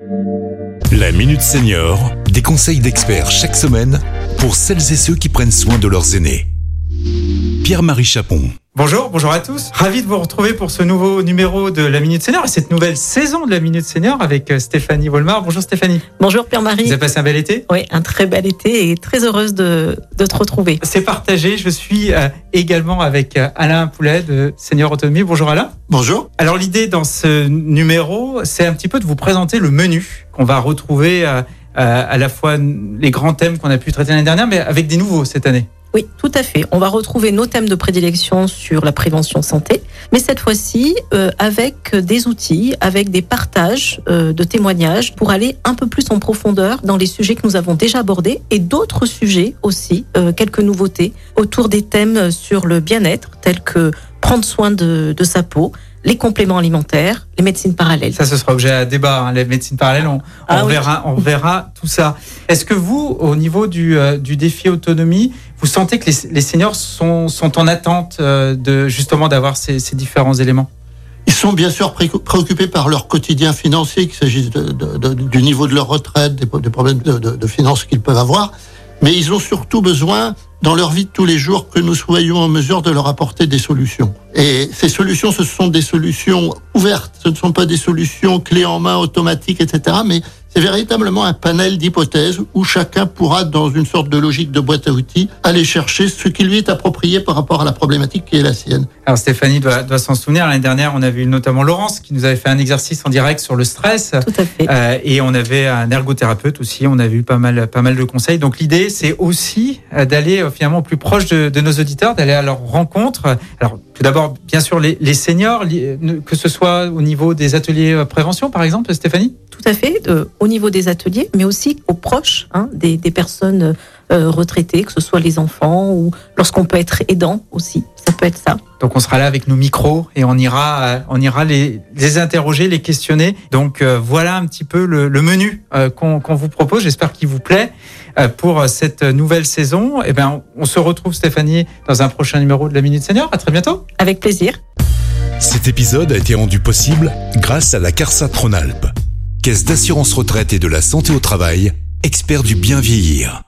La Minute Senior, des conseils d'experts chaque semaine pour celles et ceux qui prennent soin de leurs aînés. Pierre-Marie Chapon. Bonjour à tous. Ravi de vous retrouver pour ce nouveau numéro de la Minute Senior et cette nouvelle saison de la Minute Senior avec Stéphanie Volmar. Bonjour Stéphanie. Bonjour Pierre-Marie. Vous avez passé un bel été ? Oui, un très bel été et très heureuse de te retrouver. C'est partagé. Je suis également avec Alain Poulet de Senior Autonomie. Bonjour Alain. Bonjour. Alors l'idée dans ce numéro, c'est un petit peu de vous présenter le menu qu'on va retrouver à la fois les grands thèmes qu'on a pu traiter l'année dernière, mais avec des nouveaux cette année. Oui, tout à fait. On va retrouver nos thèmes de prédilection sur la prévention santé, mais cette fois-ci avec des outils, avec des partages de témoignages pour aller un peu plus en profondeur dans les sujets que nous avons déjà abordés et d'autres sujets aussi, quelques nouveautés autour des thèmes sur le bien-être tels que prendre soin de sa peau, les compléments alimentaires, les médecines parallèles. Ça, ce sera objet à débat. Les médecines parallèles, on verra tout ça. Est-ce que vous, au niveau du défi autonomie, vous sentez que les seniors sont en attente justement d'avoir ces différents éléments ? Ils sont bien sûr préoccupés par leur quotidien financier, qu'il s'agisse du niveau de leur retraite, des problèmes de finances qu'ils peuvent avoir, mais ils ont surtout besoin, dans leur vie de tous les jours, que nous soyons en mesure de leur apporter des solutions. Et ces solutions, ce sont des solutions ouvertes, ce ne sont pas des solutions clés en main, automatiques, etc., mais c'est véritablement un panel d'hypothèses où chacun pourra, dans une sorte de logique de boîte à outils, aller chercher ce qui lui est approprié par rapport à la problématique qui est la sienne. Alors Stéphanie doit s'en souvenir, l'année dernière, on avait eu notamment Laurence qui nous avait fait un exercice en direct sur le stress. Tout à fait. Et on avait un ergothérapeute aussi, on avait eu pas mal de conseils. Donc l'idée, c'est aussi d'aller finalement au plus proche de nos auditeurs, d'aller à leur rencontre. Alors tout d'abord, bien sûr, les seniors, que ce soit au niveau des ateliers prévention, par exemple, Stéphanie ? Tout à fait, au niveau des ateliers, mais aussi aux proches des personnes retraitées, que ce soit les enfants ou lorsqu'on peut être aidant aussi, ça peut être ça. Donc on sera là avec nos micros et on ira les interroger, les questionner. Donc voilà un petit peu le menu qu'on vous propose. J'espère qu'il vous plaît pour cette nouvelle saison. Et ben on se retrouve Stéphanie dans un prochain numéro de la Minute Senior. À très bientôt. Avec plaisir. Cet épisode a été rendu possible grâce à la CARSAT Rhône-Alpes, Caisse d'assurance retraite et de la santé au travail, expert du bien vieillir.